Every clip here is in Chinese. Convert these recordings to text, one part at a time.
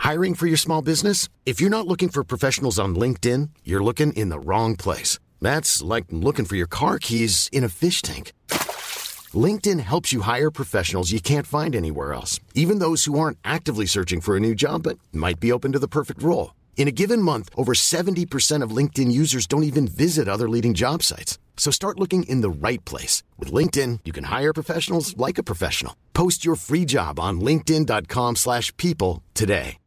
Hiring for your small business? If you're not looking for professionals on LinkedIn, you're looking in the wrong place. That's like looking for your car keys in a fish tank. LinkedIn helps you hire professionals you can't find anywhere else, even those who aren't actively searching for a new job but might be open to the perfect role. In a given month, over 70% of LinkedIn users don't even visit other leading job sites. So start looking in the right place. With LinkedIn, you can hire professionals like a professional. Post your free job on linkedin.com/people today.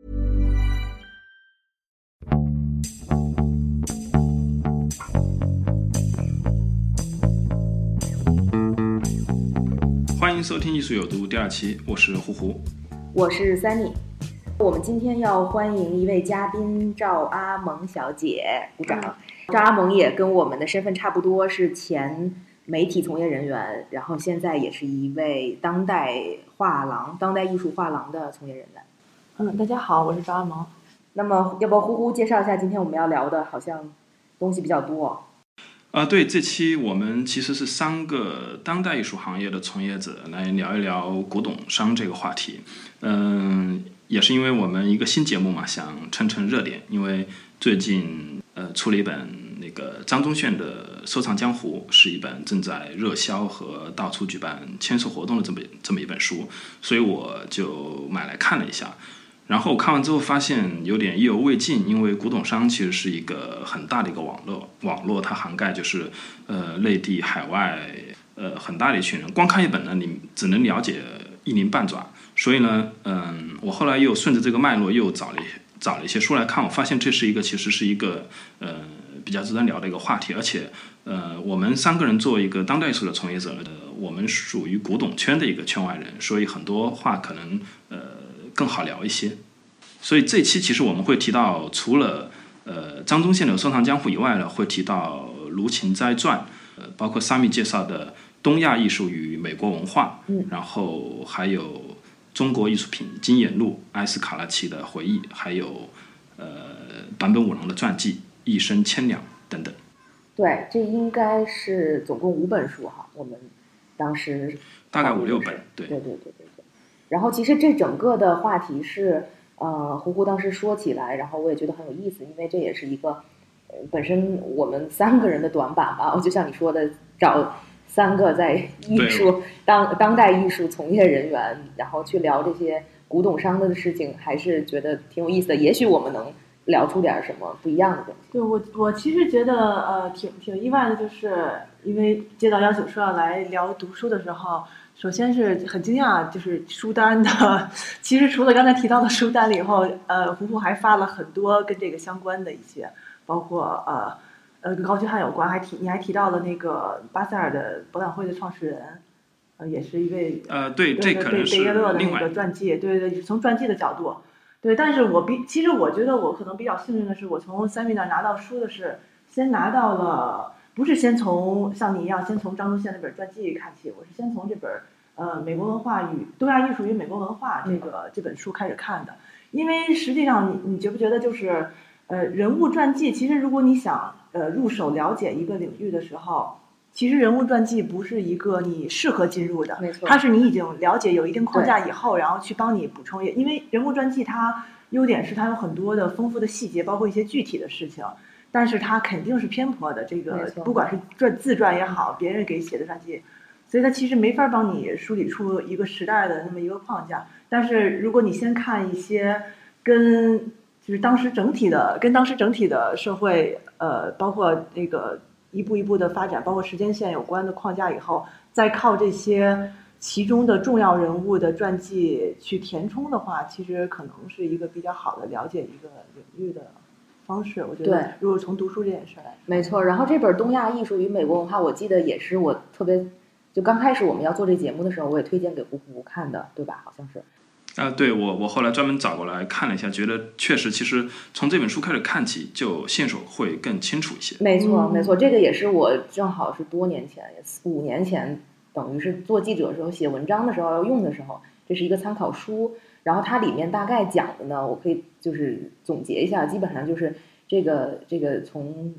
欢迎收听艺术有毒第2期，我是胡胡， 我是 Sunny。我们今天要欢迎一位嘉宾赵阿蒙小姐，鼓掌。赵阿蒙也跟我们的身份差不多，是前媒体从业人员，然后现在也是一位当代艺术画廊的从业人员。 大家好，我是赵阿蒙。 那么要不胡胡介绍一下今天我们要聊的，好像东西比较多。 对，这期我们其实是3个当代艺术行业的从业者来聊一聊古董商这个话题。也是因为我们一个新节目嘛，想蹭热点，因为最近出了一本那个张宗宪的《收藏江湖》，是一本正在热销和到处举办签售活动的这么一本书，所以我就买来看了一下。然后看完之后发现有点意犹未尽，因为古董商其实是一个很大的一个网络它涵盖就是内地海外很大的一群人，光看一本呢你只能了解一鳞半爪。所以呢我后来又顺着这个脉络又找了一些书来看，我发现这是其实是一个比较值得聊的一个话题。而且我们3个人作为一个当代艺术的从业者，我们属于古董圈的一个圈外人，所以很多话可能更好聊一些。所以这期其实我们会提到，除了张宗宪的《收藏江湖》以外呢，会提到卢芹斋传，包括Sunny介绍的东亚艺术与美国文化，然后还有中国艺术品经演录、埃斯卡拉奇的回忆，还有坂本五郎的传记《一生千两》等等。 对，这应该是总共5本书哈，我们当时大概5-6本。对。 然后其实这整个的话题是胡胡当时说起来，然后我也觉得很有意思，因为这也是一个本身我们3个人的短板吧。就像你说的，找3个在艺术当代艺术从业人员，然后去聊这些古董商的事情，还是觉得挺有意思的。也许我们能聊出点什么不一样的东西。 对，我其实觉得挺意外的，就是因为接到邀请说要来聊读书的时候，首先是很惊讶，就是书单的。其实除了刚才提到的书单了以后，胡胡还发了很多跟这个相关的一些，包括跟高居翰有关，你还提到了那个巴塞尔的博览会的创始人，也是一位对，这可能是贝耶勒的另外那个传记，对，从传记的角度，对。但是其实我觉得我可能比较幸运的是，我从Sunny那拿到书的是先拿到了。不是先从像你一样先从张宗宪那本传记看起，我是先从这本美国文化与东亚艺术与美国文化这本书开始看的。因为实际上你觉不觉得就是人物传记，其实如果你想入手了解一个领域的时候，其实人物传记不是一个你适合进入的， 没错， 它是你已经了解有一定框架以后，然后去帮你补充。因为人物传记它优点是它有很多的丰富的细节，包括一些具体的事情。但是它肯定是偏颇的，这个不管是自传也好，别人给写的传记，所以它其实没法帮你梳理出一个时代的那么一个框架。但是如果你先看一些跟当时整体的社会包括那个一步一步的发展，包括时间线有关的框架以后，再靠这些其中的重要人物的传记去填充的话，其实可能是一个比较好的了解一个领域的方式。我觉得如果从读书这件事来说， 没错。然后这本《东亚艺术与美国文化》，我记得也是我特别就刚开始我们要做这节目的时候，我也推荐给胡胡看的，对吧？好像是。 对，我后来专门找过来看了一下，觉得确实，其实从这本书开始看起，就线索会更清楚一些。 没错，这个也是我正好是多年前，5年前，等于是做记者的时候写文章的时候要用的时候，这是一个参考书。然后它里面大概讲的呢，我可以就是总结一下，基本上就是这个从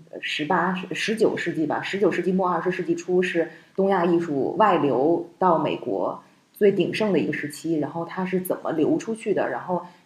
19世纪吧，19世纪末20世纪初是东亚艺术外流到美国最鼎盛的一个时期，然后它是怎么流出去的，然后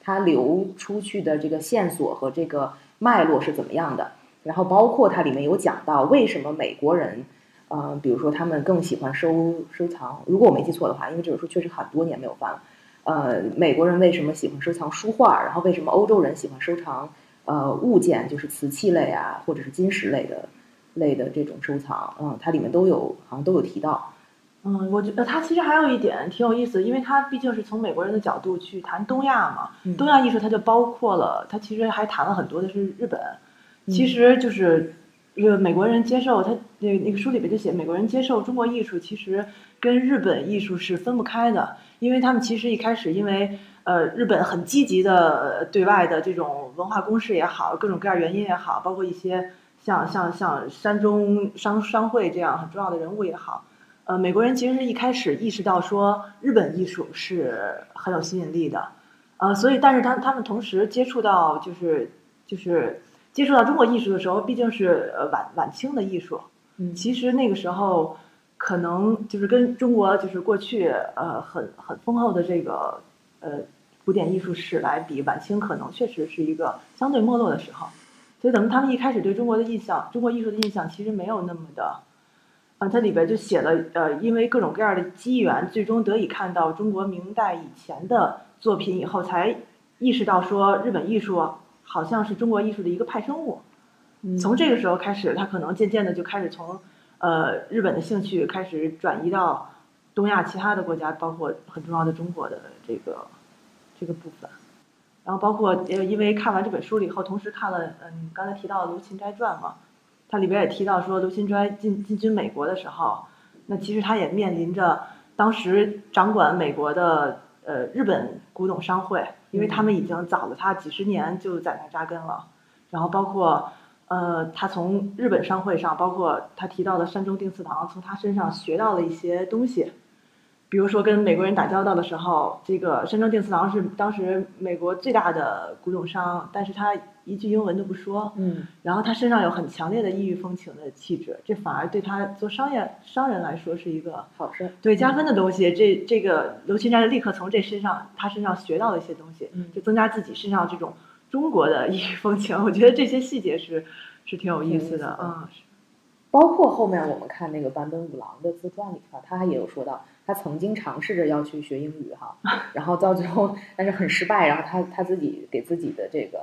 它流出去的这个线索和这个脉络是怎么样的。然后包括它里面有讲到为什么美国人，比如说他们更喜欢收藏，如果我没记错的话，因为这本书确实很多年没有翻了。美国人为什么喜欢收藏书画，然后为什么欧洲人喜欢收藏物件，就是瓷器类啊，或者是金石类的这种收藏，它里面都有，好像都有提到。 我觉得它其实还有一点挺有意思，因为它毕竟是从美国人的角度去谈东亚嘛，东亚艺术它就包括了，它其实还谈了很多的是日本。其实就是美国人接受他那个书里边就写，美国人接受中国艺术其实跟日本艺术是分不开的，因为他们其实一开始因为日本很积极的对外的这种文化攻势也好，各种各样原因也好，包括一些像山中商会这样很重要的人物也好，美国人其实是一开始意识到说日本艺术是很有吸引力的，所以但是他们同时接触到就是接触到中国艺术的时候，毕竟是晚清的艺术，其实那个时候可能就是跟中国就是过去很丰厚的这个古典艺术史来比，晚清可能确实是一个相对没落的时候，所以等他们一开始对中国艺术的印象其实没有那么的，它里边就写了因为各种各样的机缘，最终得以看到中国明代以前的作品以后，才意识到说日本艺术好像是中国艺术的一个派生物。从这个时候开始，他可能渐渐的就开始从日本的兴趣开始转移到东亚其他的国家，包括很重要的中国的这个部分。然后包括因为看完这本书了以后，同时看了你刚才提到的卢芹斋传嘛，它里边也提到说卢芹斋进军美国的时候，那其实他也面临着当时掌管美国的日本古董商会，因为他们已经早了他几十年就在那扎根了。然后包括他从日本商会上，包括他提到的山中定次郎，从他身上学到了一些东西。比如说跟美国人打交道的时候，这个山中定次郎是当时美国最大的古董商，但是他一句英文都不说，然后他身上有很强烈的异域风情的气质，这反而对他做商人来说是一个好事， 对加分的东西。这个刘芹斋立刻从他身上学到了一些东西，就增加自己身上这种中国的异域风情。我觉得这些细节是挺有意思的。 包括后面我们看那个坂本五郎的自传里头，他也有说到，他曾经尝试着要去学英语哈，然后到最后但是很失败，然后他自己给自己的这个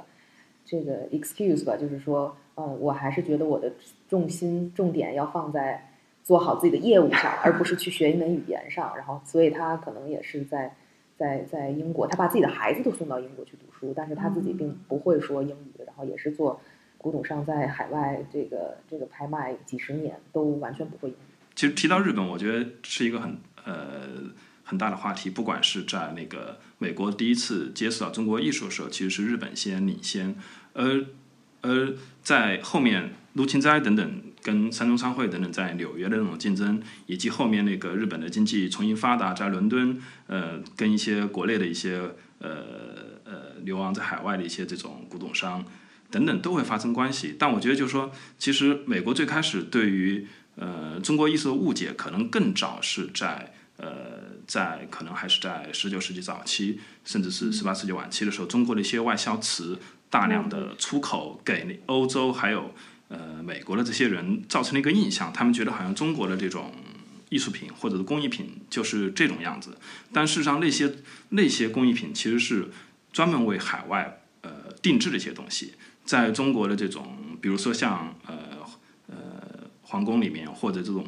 excuse 吧，就是说我还是觉得我的重点要放在做好自己的业务上，而不是去学一门语言上。然后所以他可能也是在英国，他把自己的孩子都送到英国去读书，但是他自己并不会说英语，然后也是做古董商，在海外这个拍卖几十年都完全不会英语。 其实提到日本，我觉得是一个很大的话题。不管是在那个美国第一次接触到中国艺术的时候，其实是日本先领先，而在后面卢芹斋等等跟山中商会等等在纽约的那种竞争，以及后面那个日本的经济重新发达，在伦敦跟一些国内的一些流亡在海外的一些这种古董商等等都会发生关系。但我觉得就是说，其实美国最开始对于中国艺术的误解可能更早是在可能还是在19世纪早期，甚至是18世纪晚期的时候，中国的一些外销瓷大量的出口给欧洲还有美国的这些人，造成了一个印象，他们觉得好像中国的这种艺术品或者是工艺品就是这种样子。但事实上那些工艺品其实是专门为海外定制的一些东西，在中国的这种比如说像皇宫里面或者这种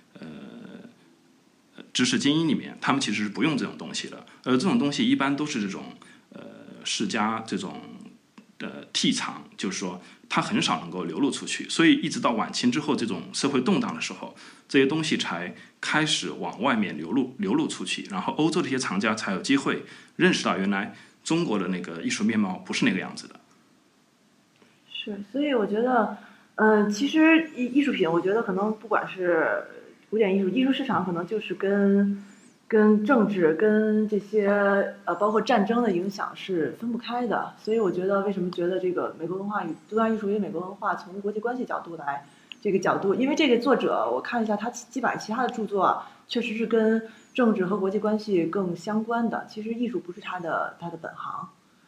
知识精英里面，他们其实是不用这种东西的，而这种东西一般都是这种世家这种替藏，就是说它很少能够流露出去，所以一直到晚清之后，这种社会动荡的时候，这些东西才开始往外面流露出去，然后欧洲的一些藏家才有机会认识到原来中国的那个艺术面貌不是那个样子的。 是，所以我觉得其实艺术品，我觉得可能不管是古典艺术市场，可能就是跟政治跟这些包括战争的影响是分不开的。所以我觉得为什么觉得这个美国文化与东亚艺术与美国文化从国际关系角度来这个角度，因为这个作者我看一下他基本上其他的著作确实是跟政治和国际关系更相关的，其实艺术不是他的本行。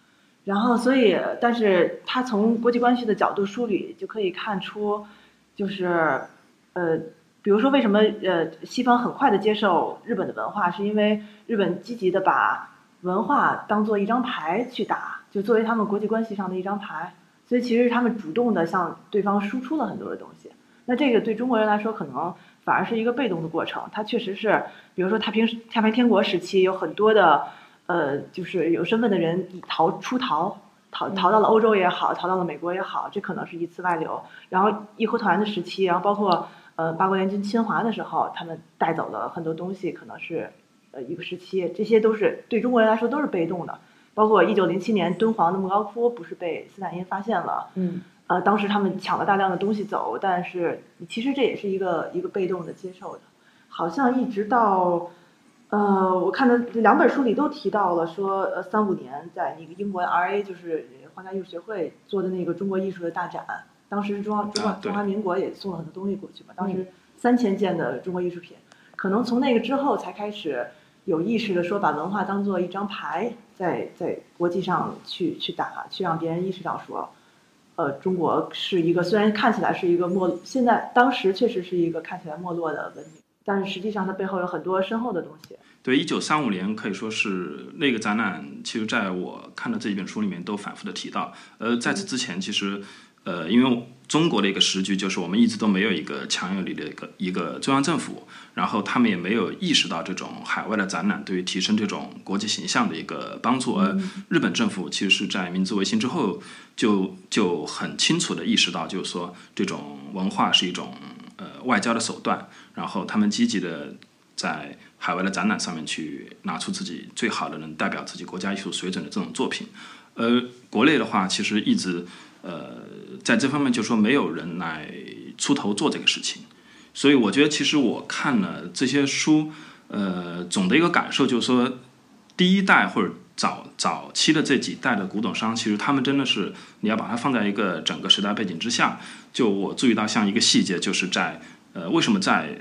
然后所以，但是他从国际关系的角度梳理，就可以看出，就是比如说为什么西方很快的接受日本的文化，是因为日本积极的把文化当做一张牌去打，就作为他们国际关系上的一张牌，所以其实他们主动的向对方输出了很多的东西。那这个对中国人来说可能反而是一个被动的过程，它确实是，比如说太平天国时期有很多的就是有身份的人出逃到了欧洲也好，逃到了美国也好，这可能是一次外流。然后义和团的时期，然后包括八国联军侵华的时候，他们带走了很多东西，可能是一个时期，这些都是对中国人来说都是被动的。包括1907年敦煌的莫高窟不是被斯坦因发现了，当时他们抢了大量的东西走，但是其实这也是一个被动的接受的。好像一直到我看的2本书里都提到了说，35年在那个英国 RA 就是皇家艺术协会做的那个中国艺术的大展，当时中华民国也送了很多东西过去嘛，当时3000件的中国艺术品，可能从那个之后才开始有意识的说把文化当做一张牌，在国际上去打，去让别人意识到说，中国是一个虽然看起来是一个当时确实是一个看起来没落的文明，但是实际上它背后有很多深厚的东西。 对，1935年可以说是那个展览，其实在我看的这一本书里面都反复的提到。在此之前，其实因为中国的一个时局就是我们一直都没有一个强有力的一个中央政府，然后他们也没有意识到这种海外的展览对于提升这种国际形象的一个帮助。而日本政府其实是在明治维新之后就很清楚的意识到，就是说这种文化是一种外交的手段，然后他们积极的在海外的展览上面去拿出自己最好的能代表自己国家艺术水准的这种作品。国内的话其实一直在这方面就说没有人来出头做这个事情，所以我觉得其实我看了这些书总的一个感受就是说，第一代或者早期的这几代的古董商，其实他们真的是你要把它放在一个整个时代背景之下。就我注意到像一个细节，就是在为什么在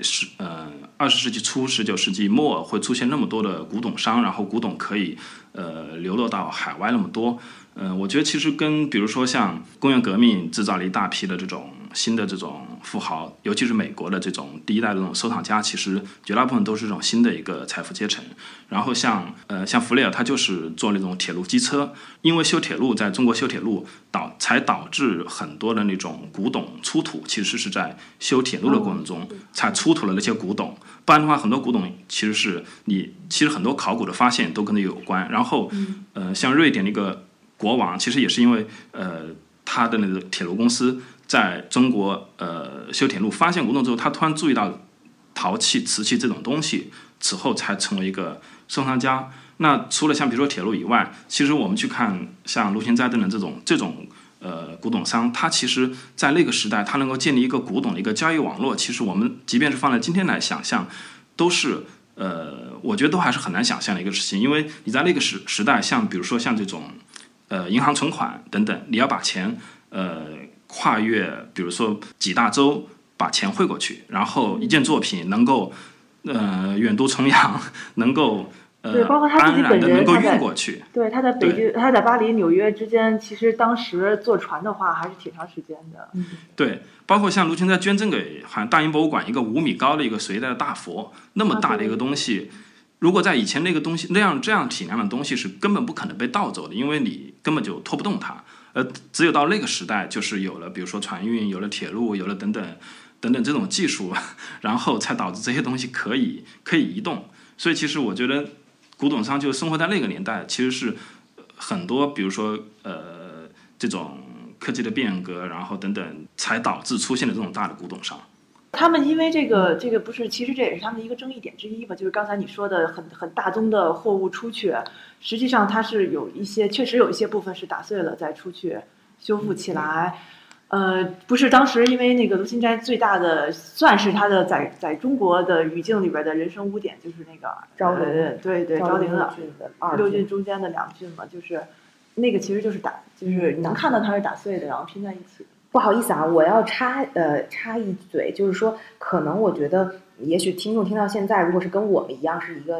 20世纪初19世纪末会出现那么多的古董商，然后古董可以流落到海外那么多。我觉得其实跟比如说像工业革命制造了一大批的这种新的这种富豪，尤其是美国的这种第一代的这种收藏家，其实绝大部分都是这种新的一个财富阶层。然后像弗雷尔，他就是做那种铁路机车，因为修铁路在中国修铁路才导致很多的那种古董出土，其实是在修铁路的过程中才出土了那些古董。不然的话，很多古董其实很多考古的发现都跟这有关。然后像瑞典那个国王，其实也是因为他的那个铁路公司在中国修铁路发现古董之后，他突然注意到陶器、瓷器这种东西，此后才成为一个收藏家。那除了像比如说铁路以外，其实我们去看像卢芹斋等等这种古董商，他其实在那个时代他能够建立一个古董的一个交易网络，其实我们即便是放在今天来想象，都是我觉得都还是很难想象的一个事情。因为你在那个时代，像比如说像这种银行存款等等，你要把钱跨越比如说几大洲把钱汇过去，然后一件作品能够远渡重洋，能够对，包括他自己本人能够运过去。 对，他在巴黎、纽约之间，其实当时坐船的话还是挺长时间的。 对，包括像卢芹斋捐赠给好像大英博物馆一个5米高的一个隋代的大佛，那么大的一个东西，如果在以前那个东西这样体量的东西是根本不可能被盗走的，因为你根本就拖不动它。只有到那个时代，就是有了比如说船运，有了铁路，有了等等这种技术，然后才导致这些东西可以移动。所以其实我觉得古董商就生活在那个年代，其实是很多比如说这种科技的变革，然后等等，才导致出现了这种大的古董商。 他们因为这个不是，其实这也是他们的一个争议点之一吧，就是刚才你说的很大宗的货物出去，实际上它是确实有一些部分是打碎了再出去修复起来。不是当时因为那个卢芹斋最大的算是他的在中国的语境里边的人生污点，就是那个昭陵， 对昭陵的6郡中间的2郡嘛，就是那个其实就是就是你能看到它是打碎的，然后拼在一起。 不好意思啊，我要插一嘴，就是说，可能我觉得，也许听众听到现在，如果是跟我们一样是一个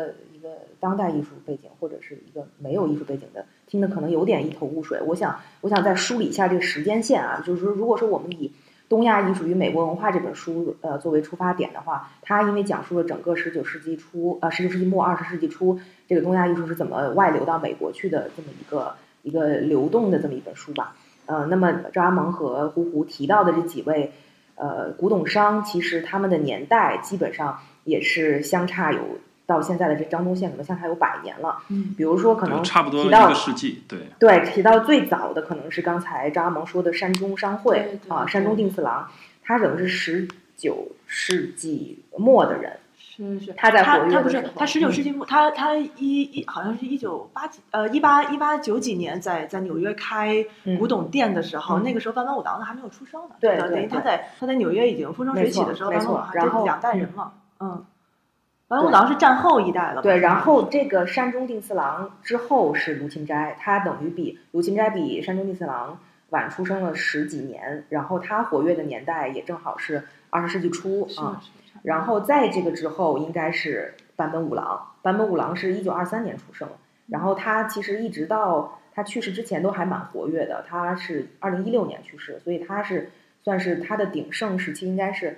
个当代艺术背景或者是一个没有艺术背景的，听的可能有点一头雾水。我想再梳理一下这个时间线啊，就是说，如果说我们以东亚艺术与美国文化这本书作为出发点的话，它因为讲述了整个19世纪末20世纪初这个东亚艺术是怎么外流到美国去的这么一个流动的这么一本书吧。那么赵阿蒙和胡胡提到的这几位古董商，其实他们的年代基本上也是相差有到现在的这张东宪可能相差有100年了。比如说可能差不多一个世纪， 对，提到最早的可能是刚才张阿蒙说的山中商会山中定次郎，他可能是19世纪末的人。 是他在活跃的时候， 他不是他19世纪末，他好像是1890几年在纽约开古董店的时候，那个时候坂本五郎还没有出生呢。 对， 等于他在纽约已经风生水起的时候，坂本五郎这2代人了。坂本五郎是战后一代了。 对，然后这个山中定次郎之后是卢芹斋，他等于比卢芹斋比山中定次郎晚出生了10几年，然后他活跃的年代也正好是20世纪初啊。然后在这个之后应该是坂本五郎是1923年出生，然后他其实一直到他去世之前都还蛮活跃的，他是2016年去世，所以他是算是他的鼎盛时期应该是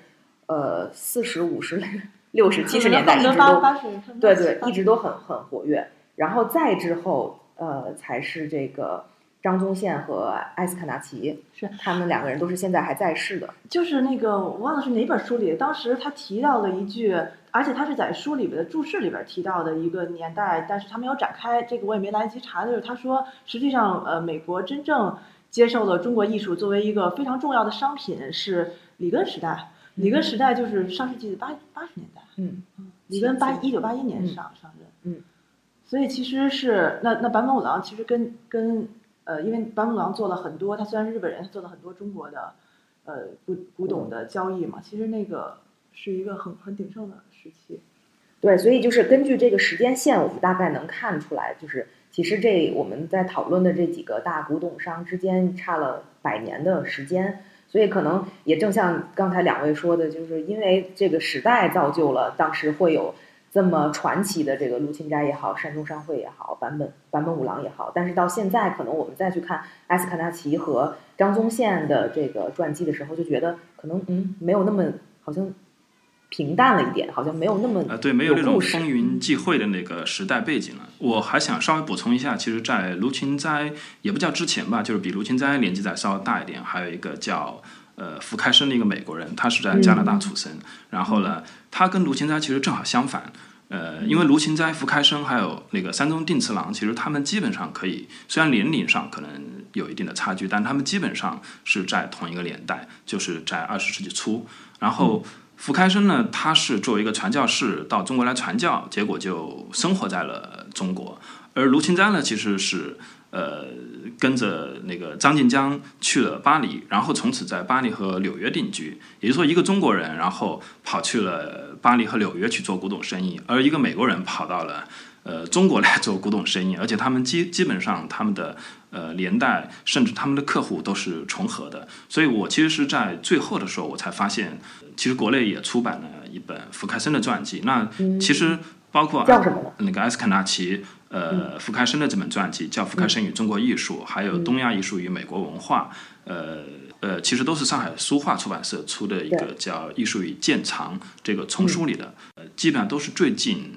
40、50、60、70年代一直都一直都很活跃，然后再之后才是这个张宗宪和艾斯卡纳奇， 是他们2个人都是现在还在世的。 就是那个我忘了是哪本书里，当时他提到了一句，而且他是在书里边的注释里边提到的一个年代，但是他没有展开，这个我也没来得及查。就是他说，实际上美国真正接受了中国艺术作为一个非常重要的商品是里根时代。里根时代就是上世纪的80年代。里根1981年上任。所以其实是那坂本五郎其实跟因为坂本五郎做了很多，他虽然是日本人，他做了很多中国的古董的交易嘛，其实那个是一个很鼎盛的时期。 对，所以就是根据这个时间线，我们大概能看出来，就是其实我们在讨论的这几个大古董商之间差了100年的时间，所以可能也正像刚才2位说的，就是因为这个时代造就了当时会有这么传奇的这个卢芹斋也好，山中商会也好，坂本五郎也好，但是到现在可能我们再去看艾斯卡纳奇和张宗宪的这个传记的时候，就觉得可能没有那么好像平淡了一点，好像没有那么对，没有那种风云际会的那个时代背景了。我还想稍微补充一下，其实在卢芹斋也不叫之前吧，就是比卢芹斋年纪再稍微大一点，还有一个叫福开生的一个美国人，他是在加拿大出生，然后呢，他跟卢芹斋其实正好相反。因为卢芹斋、福开生还有那个山中定次郎，其实他们基本上可以，虽然年龄上可能有一定的差距，但他们基本上是在同一个年代，就是在20世纪初。然后福开生呢，他是作为一个传教士到中国来传教，结果就生活在了中国。而卢芹斋呢，其实是跟着那个张晋江去了巴黎，然后从此在巴黎和纽约定居。也就是说，一个中国人然后跑去了巴黎和纽约去做古董生意，而一个美国人跑到了中国来做古董生意，而且他们基本上他们的年代甚至他们的客户都是重合的。所以我其实是在最后的时候我才发现，其实国内也出版了一本福开生的传记。那其实包括那个艾斯卡纳奇福开生的这本传记叫《福开生与中国艺术》，还有《东亚艺术与美国文化》，其实都是上海书画出版社出的一个叫《艺术与鉴藏》这个丛书里的，基本上都是最近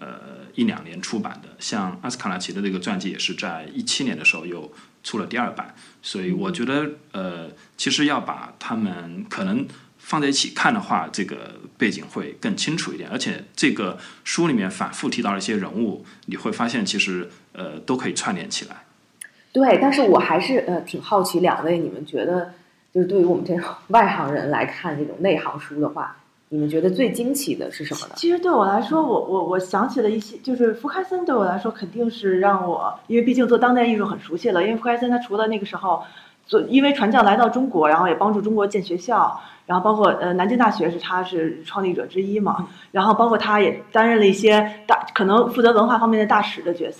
1-2年出版的。像阿斯卡纳奇的这个传记也是在17年的时候又出了第2版，所以我觉得其实要把他们可能放在一起看的话，这个背景会更清楚一点。而且这个书里面反复提到了一些人物，你会发现其实都可以串联起来。 对，但是我还是挺好奇2位，你们觉得就是对于我们这种外行人来看这种内行书的话，你们觉得最惊奇的是什么呢？ 其实对我来说，我想起了一些，就是福开森对我来说肯定是让我，因为毕竟做当代艺术很熟悉了。因为福开森他除了那个时候因为传教来到中国，然后也帮助中国建学校，然后包括南京大学他是创立者之一嘛，然后包括他也担任了一些可能负责文化方面的大使的角色。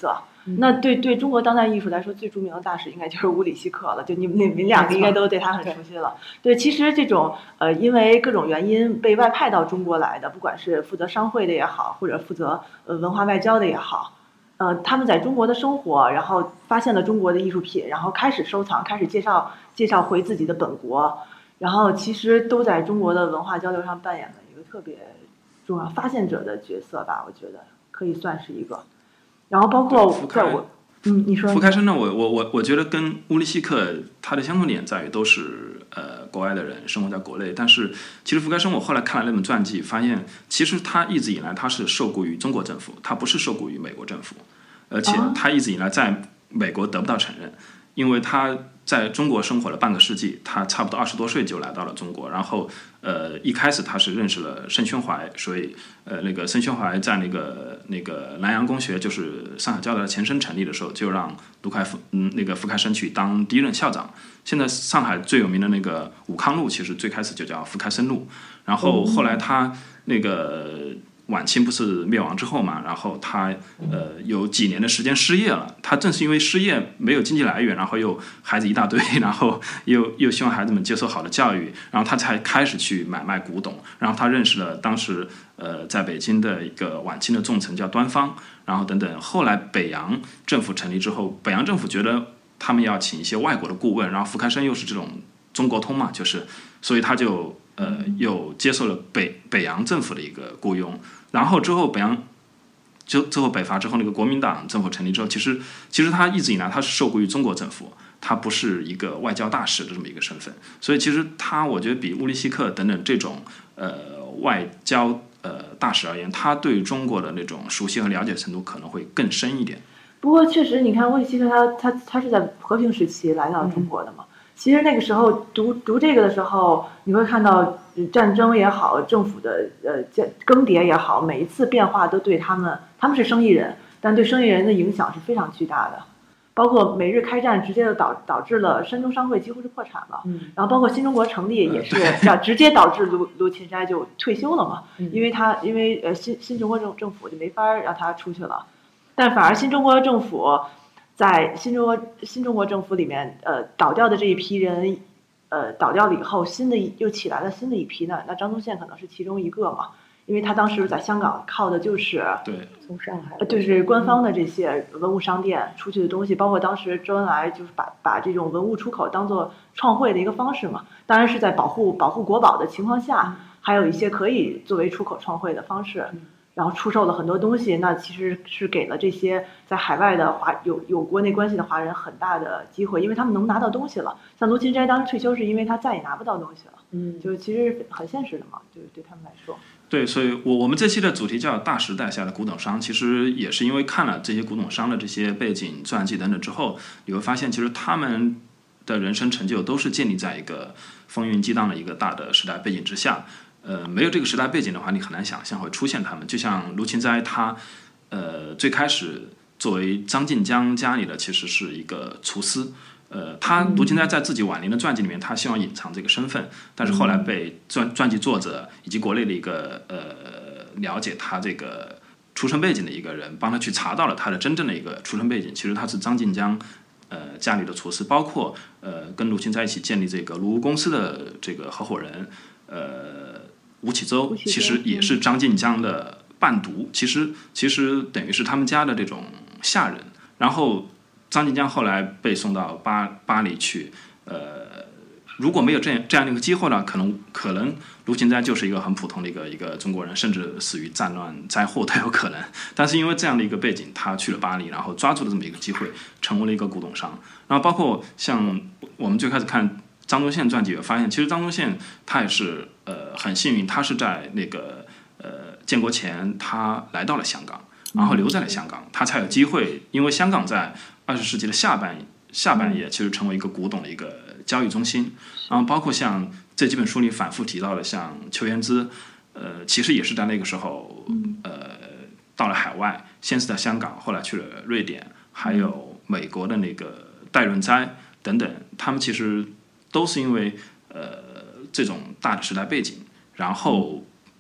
那对中国当代艺术来说，最著名的大使应该就是乌里希克了。就你们两个应该都对他很熟悉了。对，其实这种因为各种原因被外派到中国来的，不管是负责商会的也好，或者负责文化外交的也好，他们在中国的生活，然后发现了中国的艺术品，然后开始收藏，开始介绍回自己的本国，然后其实都在中国的文化交流上扮演了一个特别重要发现者的角色吧，我觉得可以算是一个。然后包括在我，你说福开生呢，我觉得跟乌里希克他的相同点在于都是国外的人生活在国内，但是其实福开生我后来看了那本传记，发现其实他一直以来他是受雇于中国政府，他不是受雇于美国政府，而且他一直以来在美国得不到承认，因为他在中国生活了半个世纪，他差不多20多岁就来到了中国，然后一开始他是认识了盛宣怀，所以那个盛宣怀在那个南洋公学，就是上海交大的前身成立的时候，就让那个福开生去当第一任校长。现在上海最有名的那个武康路，其实最开始就叫福开生路，然后后来他那个晚清不是灭亡之后嘛，然后他有几年的时间失业了。他正是因为失业没有经济来源，然后又孩子一大堆，然后又希望孩子们接受好的教育，然后他才开始去买卖古董。然后他认识了当时在北京的一个晚清的重臣叫端方，然后等等。后来北洋政府成立之后，北洋政府觉得他们要请一些外国的顾问，然后福开生又是这种中国通嘛，就是所以他就又接受了北洋政府的一个雇佣。然后之后之后北伐之后，那个国民党政府成立之后，其实他一直以来他是受雇于中国政府，他不是一个外交大使的这么一个身份，所以其实我觉得比乌里希克等等这种外交大使而言，他对中国的那种熟悉和了解程度可能会更深一点。 不过确实，你看乌里希克他是在和平时期来到中国的嘛。其实那个时候读这个的时候，你会看到战争也好，政府的更迭也好，每一次变化都对他们是生意人，但对生意人的影响是非常巨大的。包括美日开战，直接导致了山东商会几乎是破产了。然后包括新中国成立也是直接导致卢芹斋就退休了嘛，因为新中国政府就没法让他出去了，但反而新中国政府。在新中国政府里面，倒掉的这一批人，倒掉了以后，又起来了新的一批呢。那张宗宪可能是其中一个嘛，因为他当时在香港靠的就是对从上海就是官方的这些文物商店出去的东西，包括当时周恩来就是把这种文物出口当做创汇的一个方式嘛。当然是在保护国宝的情况下，还有一些可以作为出口创汇的方式。然后出售了很多东西，那其实是给了这些在海外的有国内关系的华人很大的机会，因为他们能拿到东西了。像卢芹斋当时退休是因为他再也拿不到东西了，就是其实很现实的嘛，就是对他们来说。 对，所以我们这期的主题叫大时代下的古董商，其实也是因为看了这些古董商的这些背景、传记等等之后，你会发现其实他们的人生成就都是建立在一个风云激荡的一个大的时代背景之下。没有这个时代背景的话，你很难想象会出现他们。就像卢芹斋，他最开始作为张晋江家里的其实是一个厨师。卢芹斋在自己晚年的传记里面，他希望隐藏这个身份，但是后来被传记作者以及国内的一个了解他这个出身背景的一个人，帮他去查到了他的真正的一个出身背景。其实他是张晋江家里的厨师，包括跟卢芹斋一起建立这个卢屋公司的这个合伙人吴启洲其实也是张晋江的伴读，其实等于是他们家的这种下人。然后张晋江后来被送到巴黎去，如果没有这样的一个机会呢，可能卢芹斋就是一个很普通的一个中国人，甚至死于战乱灾祸都有可能。但是因为这样的一个背景，他去了巴黎，然后抓住了这么一个机会，成为了一个古董商。然后包括像我们最开始看张宗宪传记，也发现其实张宗宪他也是很幸运，他是在那个建国前他来到了香港，然后留在了香港，他才有机会，因为香港在20世纪的下半叶其实成为一个古董的一个交易中心。然后包括像这几本书里反复提到的，像邱延之，其实也是在那个时候到了海外，先是在香港，后来去了瑞典，还有美国的那个戴润斋等等，他们其实都是因为这种大的时代背景，然后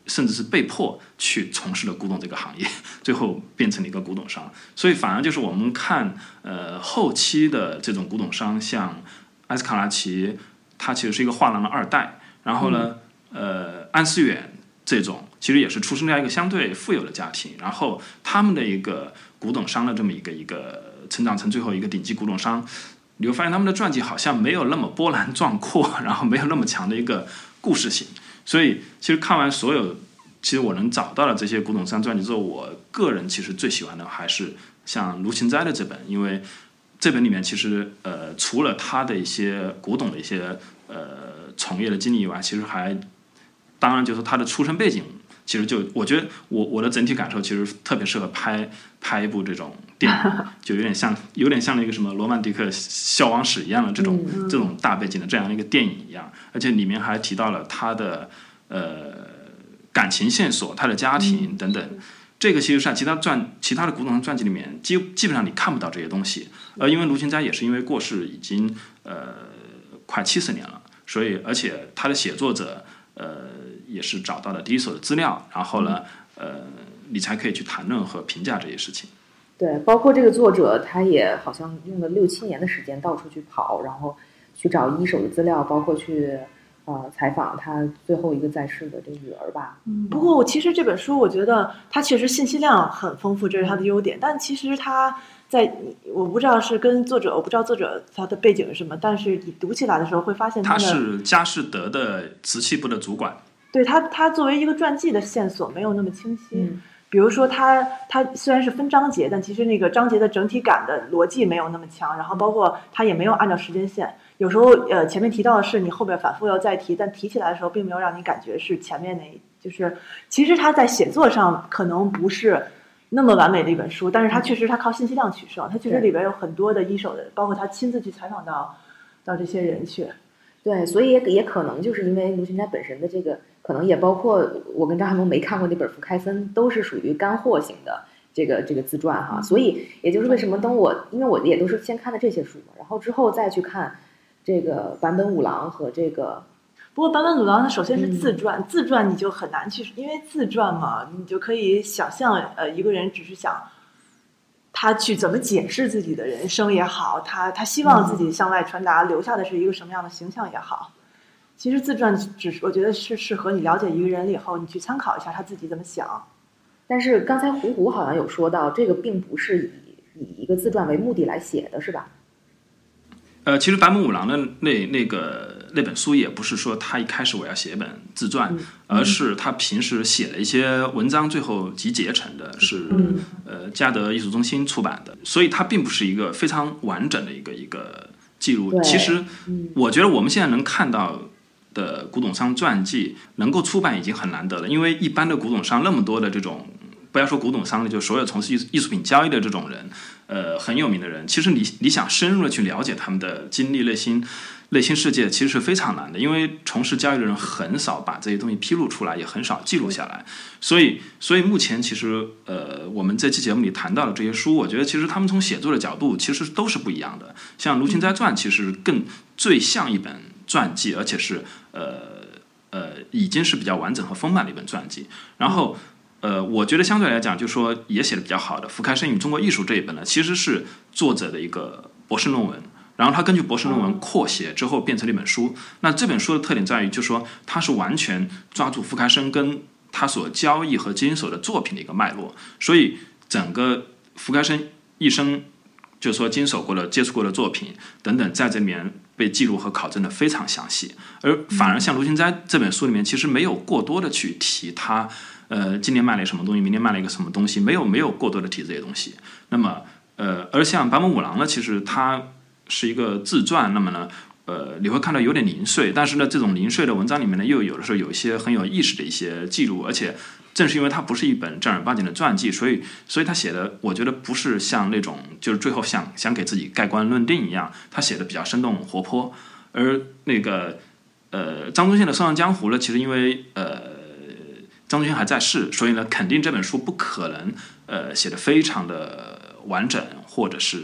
甚至是被迫去从事了古董这个行业，最后变成了一个古董商。所以反而就是我们看后期的这种古董商，像埃斯卡拉奇，他其实是一个画廊的2代，然后呢安思远这种其实也是出生在一个相对富有的家庭，然后他们的一个古董商的这么一个成长成最后一个顶级古董商，你会发现他们的传记好像没有那么波澜壮阔，然后没有那么强的一个故事性。所以其实看完所有其实我能找到的这些古董商传记之后，我个人其实最喜欢的还是像卢芹斋的这本，因为这本里面其实除了他的一些古董的一些从业的经历以外，其实还当然就是他的出身背景，其实就我觉得我的整体感受其实特别适合拍一部这种电影，就有点像那个什么罗曼蒂克消亡史一样的这种大背景的这样一个电影一样，而且里面还提到了他的感情线索、他的家庭等等。这个其实在其他的古董传记里面基本上你看不到这些东西。因为卢芹斋也是因为过世已经快70年了，所以而且他的写作者也是找到了第一手的资料，然后呢你才可以去谈论和评价这些事情。 对，包括这个作者他也好像用了6-7年的时间到处去跑，然后去找一手的资料，包括去采访他最后一个在世的这个女儿吧。 不过其实这本书我觉得它确实信息量很丰富，这是它的优点，但其实它我不知道是跟作者，我不知道作者他的背景是什么，但是你读起来的时候会发现他是佳士得的瓷器部的主管。 对，他作为一个传记的线索没有那么清晰。比如说他虽然是分章节，但其实那个章节的整体感的逻辑没有那么强，然后包括他也没有按照时间线，有时候前面提到的是你后边反复要再提，但提起来的时候并没有让你感觉是前面就是其实他在写作上可能不是那么完美的一本书，但是他确实他靠信息量取胜，他确实里边有很多的一手的，包括他亲自去采访到这些人去。 对，所以也可能就是因为卢芹斋本身的这个，可能也包括我跟张海萌没看过那本福开森，都是属于干货型的这个自传哈，所以也就是为什么因为我也都是先看的这些书嘛，然后之后再去看这个坂本五郎和这个。 不过坂本五郎它首先是自传，自传你就很难去，因为自传嘛，你就可以想象一个人只是想他去怎么解释自己的人生也好，他希望自己向外传达留下的是一个什么样的形象也好，其实自传我觉得是适合你了解一个人了以后，你去参考一下他自己怎么想。 但是刚才胡好像有说到，这个并不是以一个自传为目的来写的，是吧？ 其实坂本五郎的那本书也不是说他一开始我要写一本自传，而是他平时写了一些文章，最后集结成的，是嘉德艺术中心出版的，所以它并不是一个非常完整的一个记录。其实我觉得我们现在能看到的古董商传记能够出版已经很难得了，因为一般的古董商那么多的这种，不要说古董商了，就所有从事艺术品交易的这种人，很有名的人，其实你想深入的去了解他们的经历、内心世界，其实是非常难的，因为从事交易的人很少把这些东西披露出来，也很少记录下来。所以目前其实我们这期节目里谈到的这些书，我觉得其实他们从写作的角度其实都是不一样的。像《卢芹斋传》其实最像一本传记，而且是已经是比较完整和丰满的一本传记。然后我觉得相对来讲，就是说也写的比较好的《福开生与中国艺术》这一本呢，其实是作者的一个博士论文，然后他根据博士论文扩写之后变成了一本书。那这本书的特点在于，就是说他是完全抓住福开生跟他所交易和经手的作品的一个脉络，所以整个福开生一生就是说经手过的、接触过的作品等等，在这里面被记录和考证的非常详细。而反而像卢芹斋这本书里面，其实没有过多的去提他今年卖了什么东西，明年卖了一个什么东西，没有过多的提这些东西。那么而像坂本五郎呢，其实他是一个自传，那么呢你会看到有点零碎，但是呢这种零碎的文章里面呢，又有的时候有一些很有意识的一些记录，而且正是因为它不是一本正儿八经的传记，所以他写的我觉得不是像那种就是最后想给自己盖棺论定一样，他写的比较生动活泼。而那个张宗宪的《送上江湖》呢，其实因为张宗宪还在世，所以呢肯定这本书不可能写得非常的完整，或者是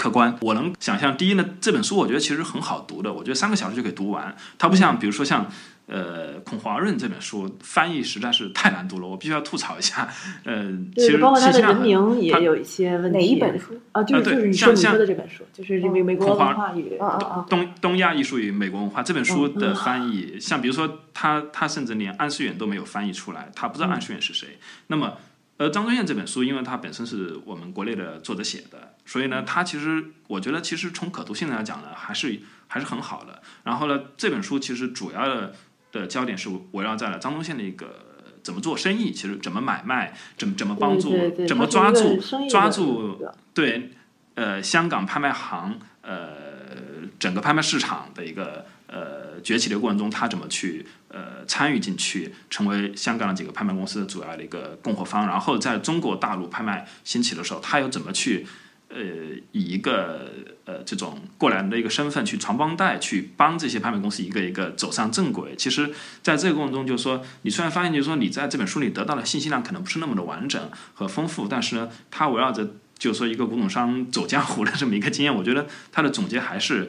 客观。我能想象，第一呢，这本书我觉得其实很好读的，我觉得3个小时就可以读完。它不像比如说像孔华润这本书翻译实在是太难读了，我必须要吐槽一下。其实包括它的人名也有一些问题。 哪一本书啊？就是你说的这本书，就是美国文化与东亚艺术与美国文化这本书的翻译，像比如说他甚至连安思远都没有翻译出来，他不知道安思远是谁。那么张宗宪这本书，因为它本身是我们国内的作者写的，所以呢，它其实我觉得其实从可读性来讲呢，还是很好的。然后呢，这本书其实主要的焦点是围绕在了张宗宪的一个怎么做生意，其实怎么买卖，怎么帮助， 对怎么抓住对香港拍卖行整个拍卖市场的一个崛起的过程中，他怎么去参与进去，成为香港的几个拍卖公司的主要的一个供货方。然后在中国大陆拍卖兴起的时候，他又怎么去以一个这种过来人的一个身份去传帮带，去帮这些拍卖公司一个一个走上正轨。其实在这个过程中，就是说你虽然发现就是说你在这本书里得到的信息量可能不是那么的完整和丰富，但是呢，它围绕着就是说一个古董商走江湖的这么一个经验，我觉得它的总结还是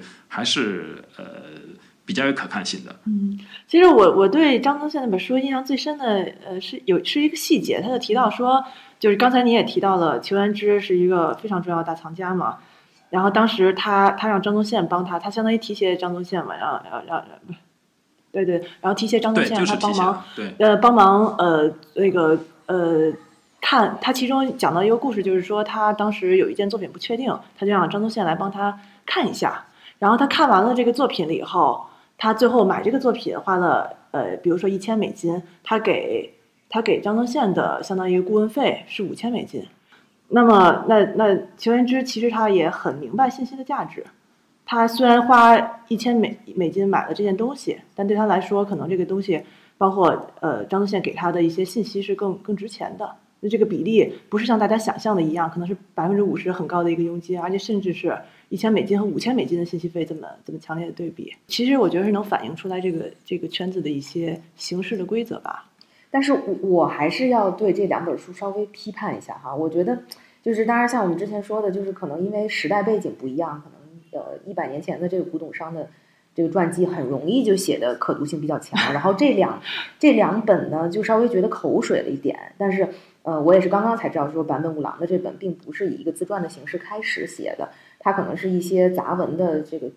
比较有可看性的。 其实我对张宗宪那本书印象最深的是一个细节，他就提到说，就是刚才你也提到了裘元之是一个非常重要的大藏家嘛，然后当时他让张宗宪帮他相当于提携张宗宪嘛，对，然后提携张宗宪，他帮忙那个看他其中讲到一个故事，就是说他当时有一件作品不确定，他就让张宗宪来帮他看一下，然后他看完了这个作品了以后，他最后买这个作品花了比如说$1000，他给张宗宪的相当于顾问费是$5000。那么那裘元之其实他也很明白信息的价值，他虽然花$1000买了这件东西，但对他来说可能这个东西包括张宗宪给他的一些信息是更值钱的。那这个比例不是像大家想象的一样，可能是50%很高的一个佣金，而且甚至是$1000和$5000的信息费这么强烈的对比。其实我觉得是能反映出来这个圈子的一些形式的规则吧。 但是我还是要对这2本书稍微批判一下哈。我觉得就是当然像我们之前说的，就是可能因为时代背景不一样，可能100年前的这个古董商的这个传记很容易就写的可读性比较强，然后这两本呢就稍微觉得口水了一点。但是我也是刚刚才知道说坂本五郎的这本并不是以一个自传的形式开始写的，它可能是一些杂文的这个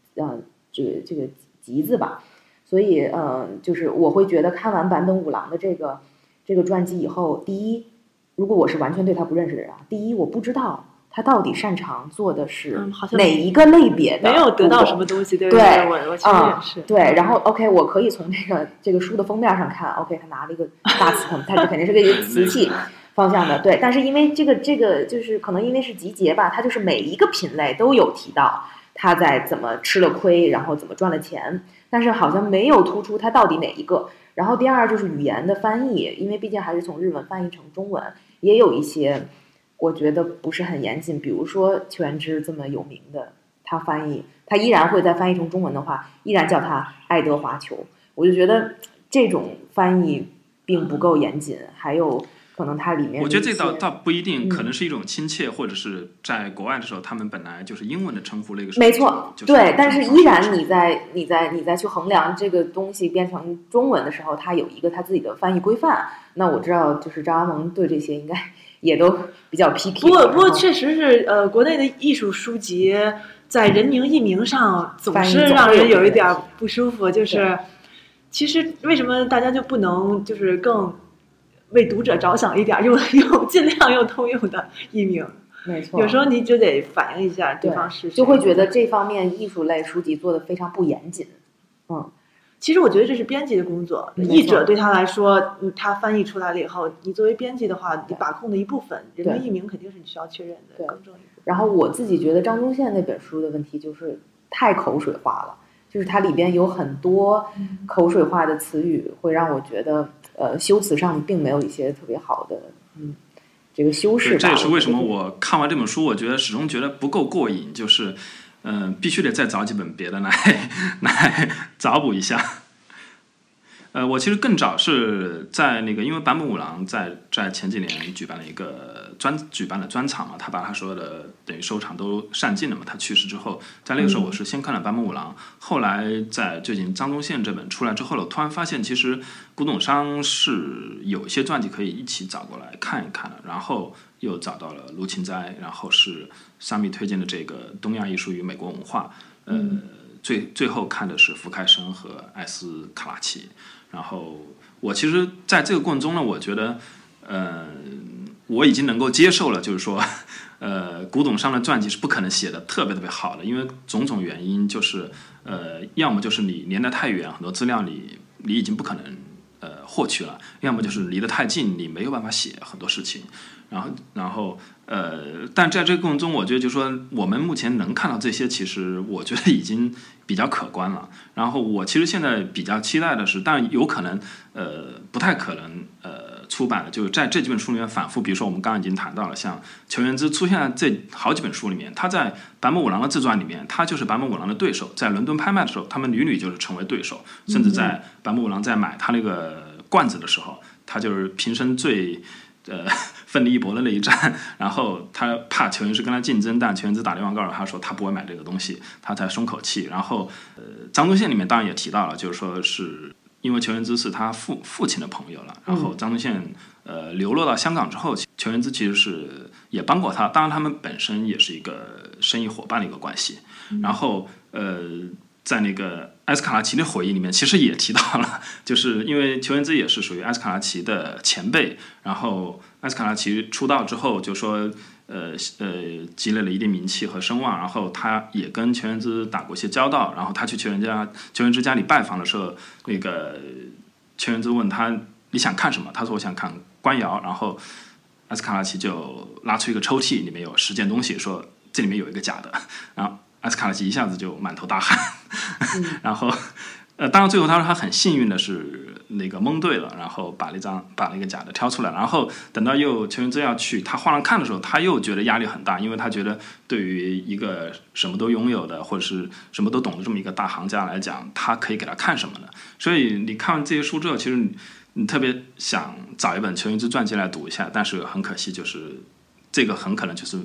集子吧。所以就是我会觉得看完坂本五郎的这个传记以后，第一，如果我是完全对他不认识的人啊，第一我不知道他到底擅长做的是哪一个类别的， 没有得到什么东西，对，我其实也是对。然后 OK， 我可以从这个书的封面上看 ，OK， 他拿了一个大瓷盆，他这肯定是个瓷器方向的，对。但是因为这个就是可能因为是集结吧，他就是每一个品类都有提到他在怎么吃了亏，然后怎么赚了钱，但是好像没有突出他到底哪一个。然后第二就是语言的翻译，因为毕竟还是从日文翻译成中文，也有一些我觉得不是很严谨。比如说裘元之这么有名的，他依然会在翻译成中文的话，依然叫他爱德华裘，我就觉得这种翻译并不够严谨。还有可能它里面我觉得这倒不一定，可能是一种亲切，或者是在国外的时候他们本来就是英文的称呼了一个没错，对。但是依然你在去衡量这个东西变成中文的时候，它有一个他自己的翻译规范。那我知道就是张阿蒙对这些应该也都比较批评。 不过确实是国内的艺术书籍在人名译名上总是让人有一点不舒服，就是其实为什么大家就不能就是更为读者着想一点，用尽量用通用的译名？ 没错， 有时候你就得反映一下对方是谁， 就会觉得这方面艺术类书籍做得非常不严谨。 其实我觉得这是编辑的工作，译者对他来说，他翻译出来了以后，你作为编辑的话，你把控的一部分，人的译名肯定是你需要确认的，更正一部分。 然后我自己觉得张宗宪那本书的问题就是太口水化了，就是它里边有很多口水化的词语，会让我觉得修辞上并没有一些特别好的这个修饰吧。 这也是为什么我看完这本书，我觉得始终觉得不够过瘾，就是必须得再找几本别的来找补一下。 我其实更早是在那个，因为坂本五郎在前几年举办了专场嘛，他把他所有的等于收藏都散尽了嘛。他去世之后，在那个时候我是先看了坂本五郎，后来在最近张宗宪这本出来之后了，我突然发现其实古董商是有一些传记可以一起找过来看一看的，然后又找到了卢芹斋，然后是沙米推荐的这个东亚艺术与美国文化，最后看的是福开生和艾斯卡拉奇。然后我其实在这个过程中呢，我觉得我已经能够接受了，就是说古董商的传记是不可能写的特别好的，因为种种原因，就是要么就是你年代太远，很多资料你已经不可能获取了，要么就是离得太近，你没有办法写很多事情。然后但在这个过程中，我觉得就是说我们目前能看到这些，其实我觉得已经比较可观了。然后我其实现在比较期待的是，但有可能不太可能出版的，就是在这几本书里面反复，比如说我们刚刚已经谈到了，像裘元之出现在这好几本书里面，他在坂本五郎的自传里面，他就是坂本五郎的对手，在伦敦拍卖的时候，他们屡就是成为对手，甚至在坂本五郎在买他那个罐子的时候，他就是平生最奋力一搏的那一战，然后他怕裘元之跟他竞争，但裘元之打电话告诉他说他不会买这个东西，他才松口气。然后张宗宪里面当然也提到了，就是说是因为裘元之是他父亲的朋友了，然后张宗宪流落到香港之后，裘元之其实是也帮过他，当然他们本身也是一个生意伙伴的一个关系。然后在那个埃斯卡拉奇的回忆里面，其实也提到了，就是因为裘元之也是属于埃斯卡拉奇的前辈，然后埃斯卡拉奇出道之后，就说积累了一定名气和声望，然后他也跟裘元之打过一些交道，然后他去裘元之家里拜访的时候，那个裘元之问他你想看什么，他说我想看官窑，然后埃斯卡拉奇就拉出一个抽屉，里面有10件东西，说这里面有一个假的，然后埃斯卡拉奇一下子就满头大汗，然后当然最后他说他很幸运的是那个蒙对了，然后把那个假的挑出来，然后等到裘元之要去他画廊看的时候，他又觉得压力很大，因为他觉得对于一个什么都拥有的或者是什么都懂的这么一个大行家来讲，他可以给他看什么呢？所以你看完这些书之后，其实你特别想找一本裘元之传记来读一下，但是很可惜，就是这个很可能就是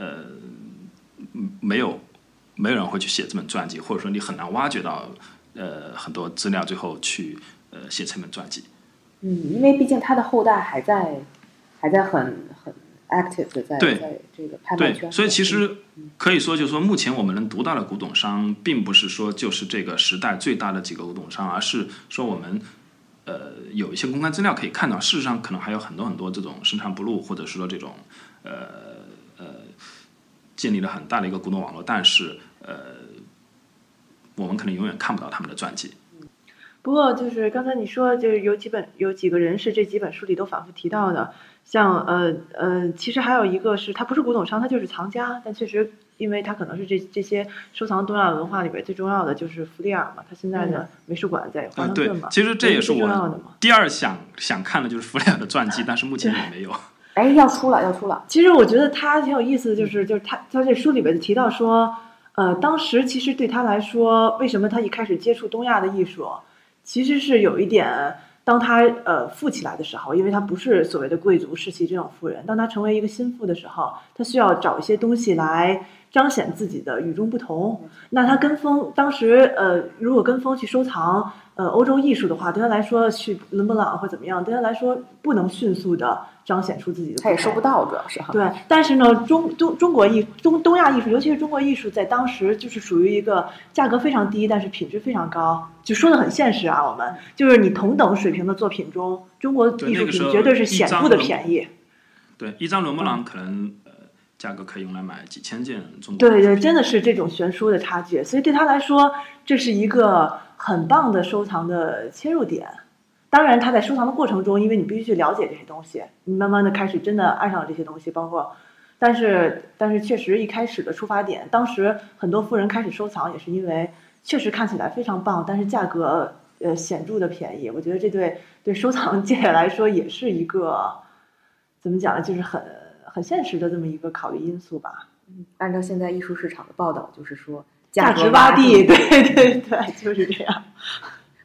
没有人会去写这本传记，或者说你很难挖掘到很多资料，最后去写这本传记。 因为毕竟他的后代还在很 active 的在这个拍卖圈。 对，所以其实可以说，就是说目前我们能读到的古董商，并不是说就是这个时代最大的几个古董商，而是说我们有一些公开资料可以看到，事实上可能还有很多这种深藏不露，或者是说这种建立了很大的一个古董网络，但是我们可能永远看不到他们的传记。 不过就是刚才你说，就是有几个人是这几本书里都反复提到的，像其实还有一个是他不是古董商，他就是藏家，但确实因为他可能是这些收藏东亚文化里边最重要的，就是弗里尔嘛，他现在的美术馆在华盛顿嘛。 对，其实这也是我第二想看的就是弗里尔的传记，但是目前也没有。 哎，要出了。 其实我觉得他挺有意思的，就是他这书里边就提到说，当时其实对他来说，为什么他一开始接触东亚的艺术，其实是有一点，当他富起来的时候，因为他不是所谓的贵族世袭这种富人，当他成为一个新富的时候，他需要找一些东西来彰显自己的与众不同。那他跟风，当时如果跟风去收藏欧洲艺术的话，对他来说去伦勃朗或怎么样，对他来说不能迅速的彰显出自己的不同， 他也收不到，主要是对。但是呢，东亚艺术，尤其是中国艺术，在当时就是属于一个价格非常低，但是品质非常高。就说的很现实啊，我们就是你同等水平的作品中，中国艺术品绝对是显著的便宜。 对，一张伦勃朗可能价格可以用来买几千件中国。 对，真的是这种悬殊的差距，所以对他来说，这是一个很棒的收藏的切入点。当然，他在收藏的过程中，因为你必须去了解这些东西，你慢慢的开始真的爱上了这些东西，包括，但是确实一开始的出发点，当时很多富人开始收藏，也是因为确实看起来非常棒，但是价格显著的便宜。我觉得这对收藏界来说也是一个怎么讲呢，就是很现实的这么一个考虑因素吧。 按照现在艺术市场的报道，就是说价值洼地，对，就是这样。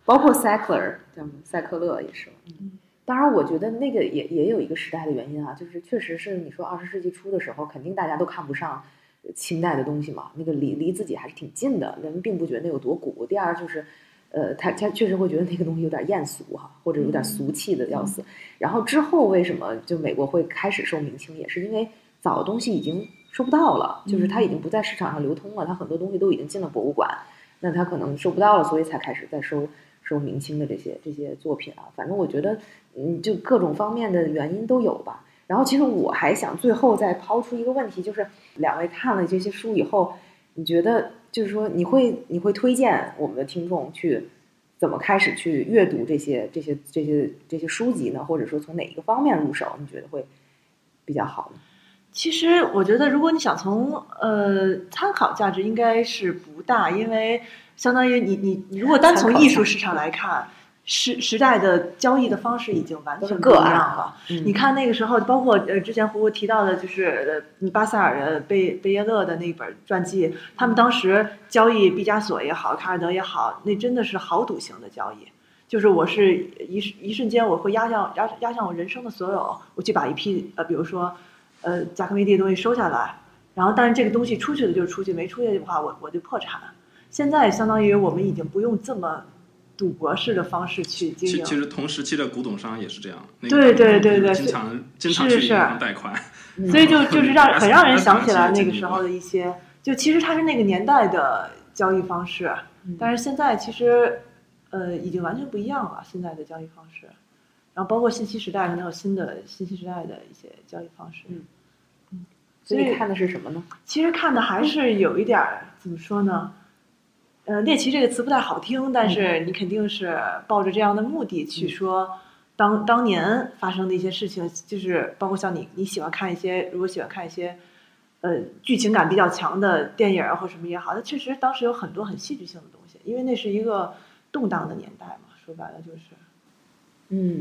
包括塞克勒也是。当然，我觉得那个也有一个时代的原因啊，就是确实是你说20世纪初的时候，肯定大家都看不上清代的东西嘛，那个离自己还是挺近的，人们并不觉得那有多古。第二就是，他确实会觉得那个东西有点艳俗哈，或者有点俗气的要死。然后之后为什么就美国会开始收明清，也是因为早的东西已经收不到了，就是它已经不在市场上流通了，它很多东西都已经进了博物馆，那它可能收不到了，所以才开始在收明清的这些作品啊。反正我觉得，就各种方面的原因都有吧。然后其实我还想最后再抛出一个问题，就是两位看了这些书以后，你觉得就是说你会推荐我们的听众去怎么开始去阅读这些书籍呢？或者说从哪一个方面入手，你觉得会比较好呢？ 其实我觉得，如果你想从参考价值，应该是不大，因为相当于你如果单从艺术市场来看，时代的交易的方式已经完全不一样了。你看那个时候，包括之前胡胡提到的，就是巴塞尔的贝耶勒的那本传记，他们当时交易毕加索也好，卡尔德也好，那真的是豪赌型的交易。就是我是一瞬间我会压向我人生的所有，我去把一批比如说贾科梅蒂的东西收下来，然后但是这个东西出去的就出去，没出去的话我就破产。现在相当于我们已经不用这么赌博式的方式去经营。 其实同时期的古董商也是这样， 对， 经常去银行贷款， 所以就是很让人想起来那个时候的一些，就其实它是那个年代的交易方式，但是现在其实已经完全不一样了，现在的交易方式。然后包括信息时代可能有新的信息时代的一些交易方式。 所以看的是什么呢？ 其实看的还是有一点怎么说呢？猎奇这个词不太好听，但是你肯定是抱着这样的目的去说，当年发生的一些事情，就是包括像你喜欢看一些，如果喜欢看一些，剧情感比较强的电影或什么也好，它确实当时有很多很戏剧性的东西，因为那是一个动荡的年代嘛，说白了就是，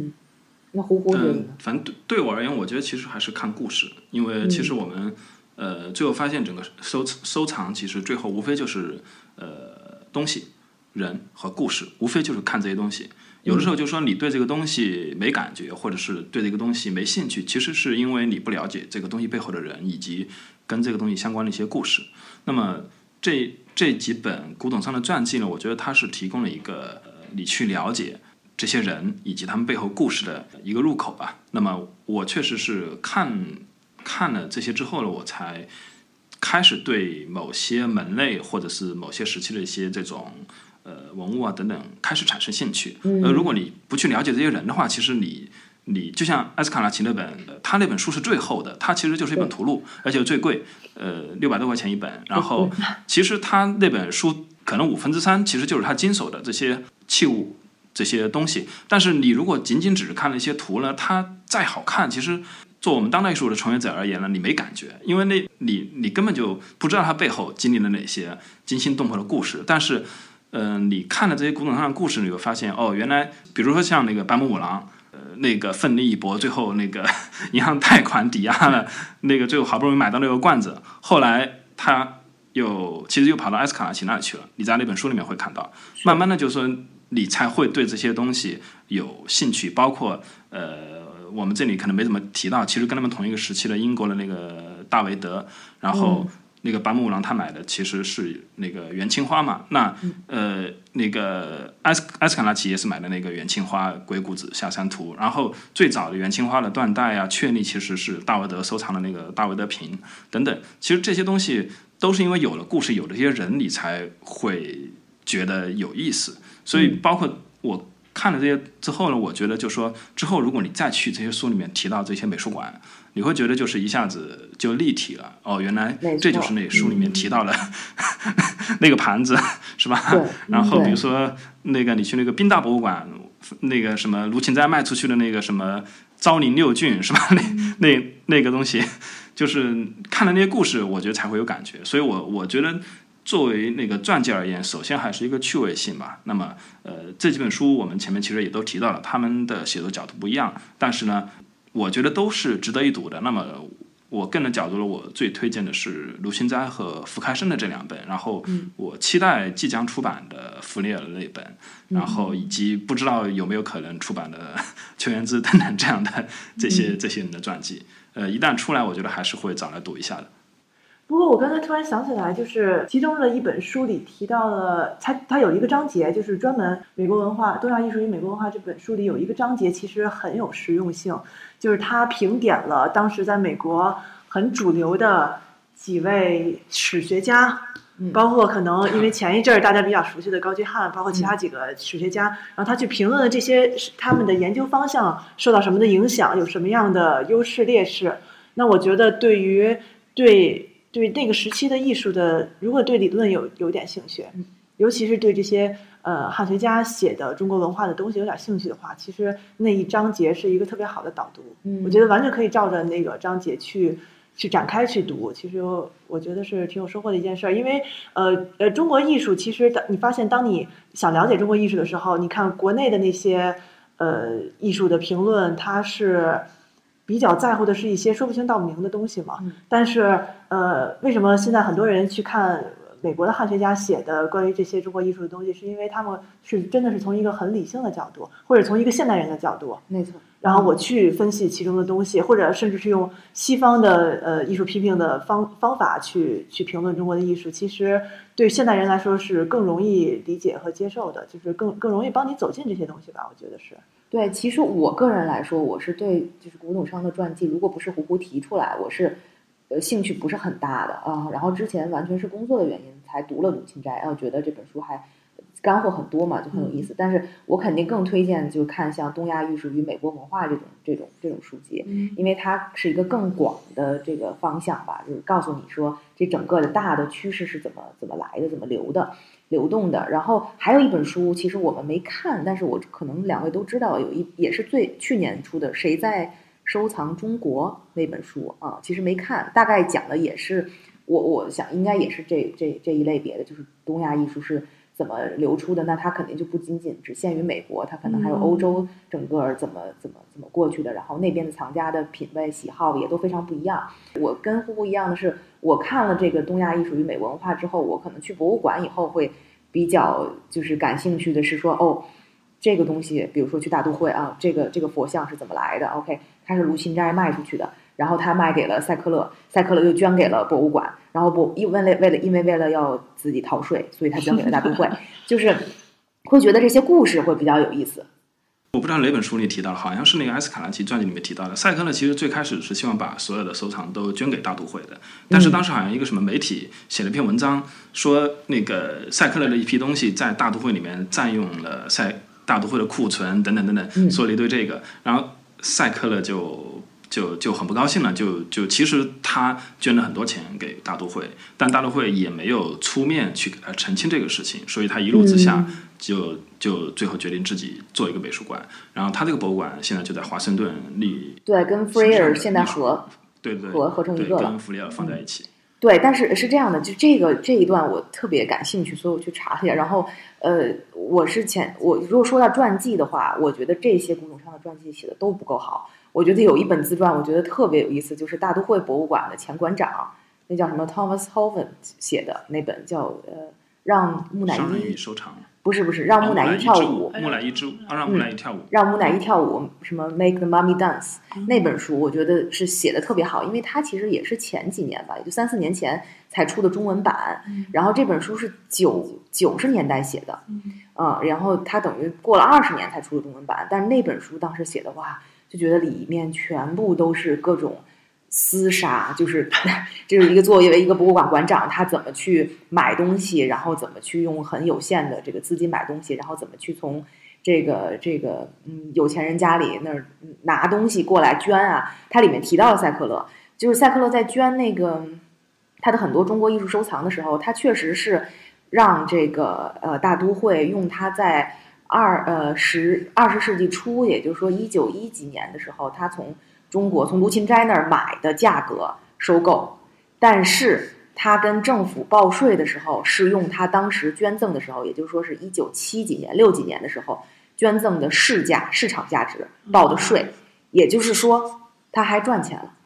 那胡觉得呢？ 反正对我而言，我觉得其实还是看故事，因为其实我们最后发现整个收藏其实最后无非就是东西、人和故事，无非就是看这些东西。有的时候就说你对这个东西没感觉，或者是对这个东西没兴趣，其实是因为你不了解这个东西背后的人以及跟这个东西相关的一些故事。那么这几本古董商的传记呢，我觉得它是提供了一个你去了解这些人以及他们背后故事的一个入口吧。那么我确实是看了这些之后呢，我才开始对某些门类或者是某些时期的一些这种文物啊等等开始产生兴趣。如果你不去了解这些人的话，其实你就像埃斯卡拉奇那本，他那本书是最厚的，他其实就是一本图录，而且最贵，600多块钱一本。然后其实他那本书可能3/5其实就是他经手的这些器物这些东西。但是你如果仅仅只是看了一些图呢，它再好看，其实做我们当代艺术的从业者而言呢，你没感觉，因为你根本就不知道它背后经历了哪些惊心动魄的故事。但是你看了这些古董商的故事，你会发现原来比如说像那个坂本五郎那个奋力一搏，最后那个银行贷款抵押了那个最后好不容易买到那个罐子，后来他其实又跑到埃斯卡拉奇那里去了。你在那本书里面会看到，慢慢的就是说你才会对这些东西有兴趣。包括我们这里可能没怎么提到，其实跟他们同一个时期的英国的那个大维德，然后那个坂本五郎他买的其实是那个元青花嘛。那那个埃斯卡拉奇也是买的那个元青花鬼谷子下山图。然后最早的元青花的缎带啊、确立其实是大维德收藏的那个大维德瓶等等。其实这些东西都是因为有了故事，有了这些人，你才会觉得有意思。所以包括我看了这些之后呢，我觉得就说之后如果你再去这些书里面提到这些美术馆，你会觉得就是一下子就立体了。原来这就是那书里面提到了那个盘子，是吧？然后比如说那个你去那个宾大博物馆，那个什么卢芹斋卖出去的那个什么昭陵六骏，是吧？那个东西，就是看了那些故事，我觉得才会有感觉。所以我觉得作为那个传记而言，首先还是一个趣味性吧。那么这几本书我们前面其实也都提到了，他们的写作角度不一样，但是呢我觉得都是值得一读的。那么我个人角度我最推荐的是卢芹斋和福开生的这2本，然后我期待即将出版的弗里尔的那本，然后以及不知道有没有可能出版的邱元之等等这样的这些人的传记，一旦出来我觉得还是会找来读一下的。 不过我刚才突然想起来，就是其中的一本书里提到了它有一个章节，就是专门美国文化、东亚艺术与美国文化这本书里有一个章节其实很有实用性，就是它评点了当时在美国很主流的几位史学家，包括可能因为前一阵儿大家比较熟悉的高居翰，包括其他几个史学家，然后他去评论了这些他们的研究方向受到什么的影响，有什么样的优势劣势。那我觉得对那个时期的艺术的，如果对理论有点兴趣，尤其是对这些汉学家写的中国文化的东西有点兴趣的话，其实那一章节是一个特别好的导读。我觉得完全可以照着那个章节去展开去读。其实我觉得是挺有收获的一件事儿，因为中国艺术其实你发现，当你想了解中国艺术的时候，你看国内的那些艺术的评论，它是比较在乎的是一些说不清道不明的东西嘛。但是为什么现在很多人去看美国的汉学家写的关于这些中国艺术的东西，是因为他们是真的是从一个很理性的角度，或者从一个现代人的角度， 没错， 然后我去分析其中的东西，或者甚至是用西方的艺术批评的方法去评论中国的艺术，其实对现代人来说是更容易理解和接受的，就是更容易帮你走进这些东西吧，我觉得是。 对，其实我个人来说，我是对就是古董商的传记，如果不是胡胡提出来，我是兴趣不是很大的啊。然后之前完全是工作的原因才读了鲁芹斋，觉得这本书还干货很多嘛，就很有意思。但是我肯定更推荐就看像《东亚艺术与美国文化》这种书籍，因为它是一个更广的这个方向吧，就是告诉你说这整个的大的趋势是怎么来的，怎么流动的。然后还有一本书，其实我们没看，但是我可能2位都知道，也是去年出的《谁在收藏中国》那本书啊，其实没看，大概讲的也是我想应该也是这一类别的，就是东亚艺术是怎么流出的。那它肯定就不仅仅只限于美国，它可能还有欧洲整个怎么过去的，然后那边的藏家的品味喜好也都非常不一样。我跟呼呼一样的是，我看了这个东亚艺术与美文化之后，我可能去博物馆以后会比较就是感兴趣的是说这个东西，比如说去大都会啊，这个佛像是怎么来的 ？OK， 它是卢芹斋卖出去的，然后他卖给了塞克勒，塞克勒又捐给了博物馆，然后因为了要自己逃税，所以他捐给了大都会，就是会觉得这些故事会比较有意思。 我不知道哪本书里提到了，好像是那个埃斯卡拉奇传记里面提到的，塞克勒其实最开始是希望把所有的收藏都捐给大都会的，但是当时好像一个什么媒体写了一篇文章，说那个塞克勒的一批东西在大都会里面占用了大都会的库存等等等等，说了一堆这个，然后塞克勒就很不高兴了，就其实他捐了很多钱给大都会，但大都会也没有出面去给他澄清这个事情，所以他一怒之下就最后决定自己做一个美术馆，然后他这个博物馆现在就在华盛顿对，跟弗里尔现在合成一个了， 跟弗里尔放在一起。 对，但是是这样的，就这一段我特别感兴趣，所以我去查了一下。然后我如果说到传记的话，我觉得这些古董商的传记写的都不够好。我觉得有一本自传，我觉得特别有意思，就是大都会博物馆的前馆长，那叫什么 Thomas Hoven 写的那本叫让木乃伊收藏， 不是让木乃伊跳舞， 木乃伊之舞，让木乃伊跳舞， 让木乃伊跳舞，什么 Make the Mummy Dance，那本书我觉得是写的特别好，因为它其实也是前几年吧，也就3-4年前才出的中文版，然后这本书是90年代写的，然后它等于过了20年才出的中文版，但是那本书当时写的哇，就觉得里面全部都是各种厮杀，就是一个作为一个博物馆馆长，他怎么去买东西，然后怎么去用很有限的这个资金买东西，然后怎么去从这个有钱人家里那儿拿东西过来捐啊。它里面提到了塞克勒，就是塞克勒在捐那个他的很多中国艺术收藏的时候，他确实是让这个大都会用他在20世纪初，也就是说1910几年的时候，他从卢芹斋那儿买的价格收购，但是他跟政府报税的时候是用他当时捐赠的时候，也就是说是1970几年、60几年的时候捐赠的市场价值报的税，也就是说他还赚钱了。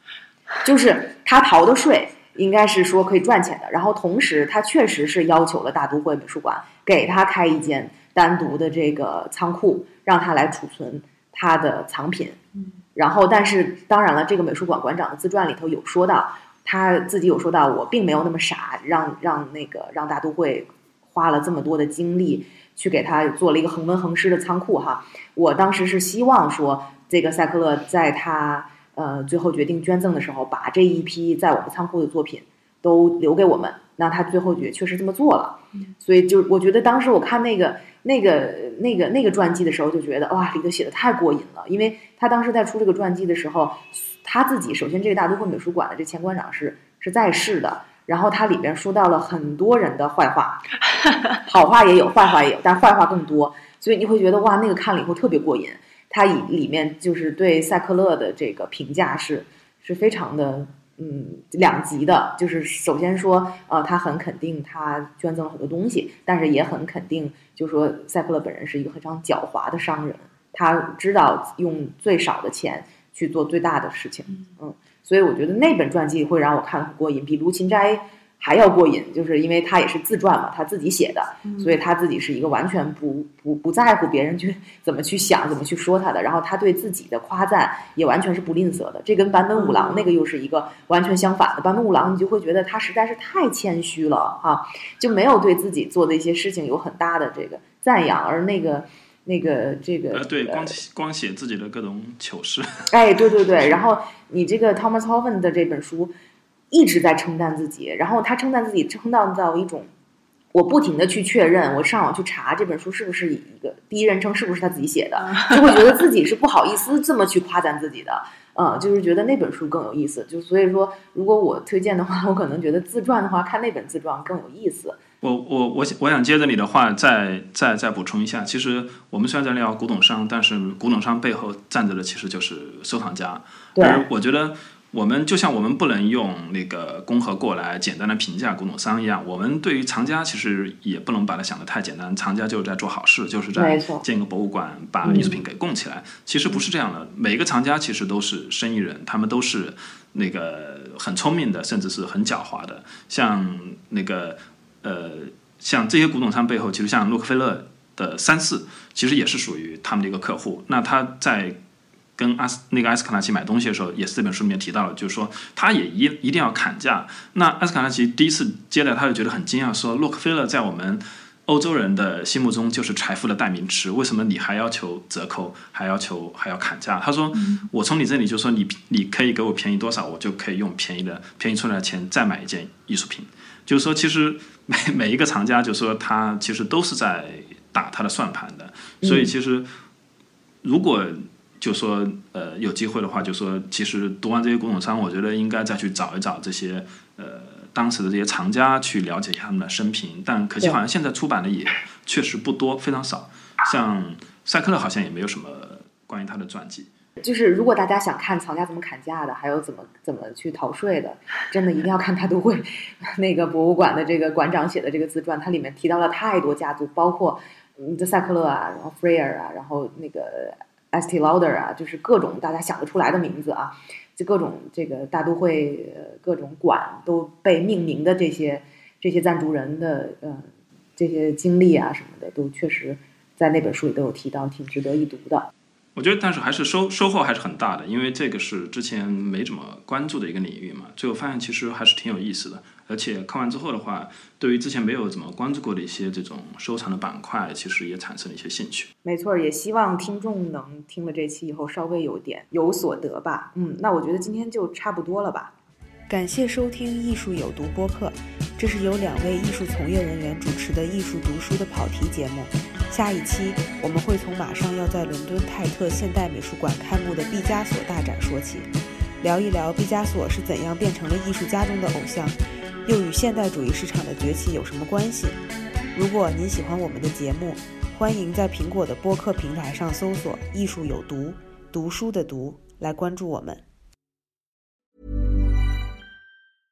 就是他逃的税应该是说可以赚钱的，然后同时他确实是要求了大都会美术馆给他开一间单独的这个仓库，让他来储存他的藏品。然后但是当然了，这个美术馆馆长的自传里头有说到，他自己有说到，我并没有那么傻，让大都会花了这么多的精力去给他做了一个恒温恒湿的仓库哈。我当时是希望说，这个塞克勒在他最后决定捐赠的时候，把这一批在我们仓库的作品都留给我们。那他最后也确实这么做了，所以就我觉得当时我看那个传记的时候，就觉得哇，里头写的太过瘾了。因为他当时在出这个传记的时候，他自己首先这个大都会美术馆的这前馆长是在世的，然后他里边说到了很多人的坏话，好话也有，坏话也有，但坏话更多，所以你会觉得哇，那个看了以后特别过瘾。他里面就是对塞克勒的这个评价是非常的两极的，就是首先说他很肯定他捐赠了很多东西，但是也很肯定就是说塞克勒本人是一个非常狡猾的商人，他知道用最少的钱去做最大的事情。所以我觉得那本传记会让我看得很过瘾，比卢芹斋还要过瘾，就是因为他也是自传嘛，他自己写的，所以他自己是一个完全不在乎别人去怎么去想怎么去说他的，然后他对自己的夸赞也完全是不吝啬的。这跟坂本五郎那个又是一个完全相反的，坂本五郎你就会觉得他实在是太谦虚了哈，就没有对自己做的一些事情有很大的这个赞扬，而对光写自己的各种糗事， 对，然后你这个 Thomas Hoven 的这本书一直在称赞自己，然后他称赞自己称赞到一种，我不停的去确认，我上网去查这本书是不是一个第一人称，是不是他自己写的，就会觉得自己是不好意思这么去夸赞自己的，就是觉得那本书更有意思。就所以说，如果我推荐的话，我可能觉得自传的话，看那本自传更有意思。 我想接着你的话再补充一下，其实我们虽然在聊古董商，但是古董商背后站着的其实就是收藏家。而我觉得我们就像我们不能用那个公和过来简单的评价古董商一样，我们对于藏家其实也不能把它想得太简单，藏家就是在做好事，就是在建一个博物馆，把艺术品给供起来。其实不是这样的，每一个藏家其实都是生意人，他们都是那个很聪明的，甚至是很狡猾的。像那个像这些古董商背后，其实像洛克菲勒的3世，其实也是属于他们的一个客户。那他在跟埃斯卡纳奇买东西的时候，也是这本书里面提到了，就是说他也一定要砍价。那埃斯卡纳奇第一次接待，他就觉得很惊讶，说洛克菲勒在我们欧洲人的心目中就是财富的代名词，为什么你还要求折扣，还要砍价？他说，我从你这里就说你可以给我便宜多少，我就可以用便宜出来的钱再买一件艺术品。就是说，其实每一个藏家，就是说他其实都是在打他的算盘的。所以其实如果就说有机会的话，就说其实读完这些古董商，我觉得应该再去找一找这些当时的这些藏家，去了解一下他们的生平。但可惜好像现在出版的也确实不多，非常少。像塞克勒好像也没有什么关于他的传记。 就是如果大家想看藏家怎么砍价的，还有怎么去逃税的，真的一定要看大都会那个博物馆的这个馆长写的这个自传，它里面提到了太多家族，包括塞克勒啊，然后 Freyer 啊，然后那个Estee Lauder 啊，就是各种大家想得出来的名字啊，就各种这个大都会各种馆都被命名的这些赞助人的这些经历啊什么的，都确实在那本书里都有提到，挺值得一读的。 我觉得，但是还是收获还是很大的，因为这个是之前没怎么关注的一个领域嘛，最后发现其实还是挺有意思的。而且看完之后的话，对于之前没有怎么关注过的一些这种收藏的板块，其实也产生了一些兴趣。 没错，也希望听众能听了这期以后稍微有所得吧。那我觉得今天就差不多了吧。 感谢收听艺术有毒播客，这是由2位艺术从业人员主持的艺术读书的跑题节目。下一期我们会从马上要在伦敦泰特现代美术馆开幕的毕加索大展说起，聊一聊毕加索是怎样变成了艺术家中的偶像，又与现代主义市场的崛起有什么关系。如果您喜欢我们的节目，欢迎在苹果的播客平台上搜索艺术有毒，读书的读，来关注我们。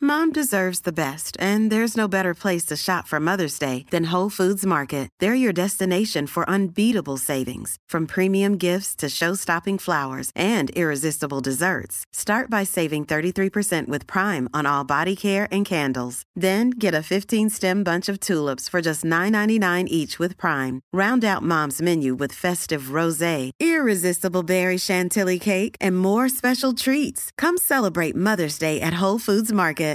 Mom deserves the best, and there's no better place to shop for Mother's Day than Whole Foods Market. They're your destination for unbeatable savings, from premium gifts to show-stopping flowers and irresistible desserts. Start by saving 33% with Prime on all body care and candles. Then get a 15-stem bunch of tulips for just $9.99 each with Prime. Round out Mom's menu with festive rosé, irresistible berry chantilly cake, and more special treats. Come celebrate Mother's Day at Whole Foods Market.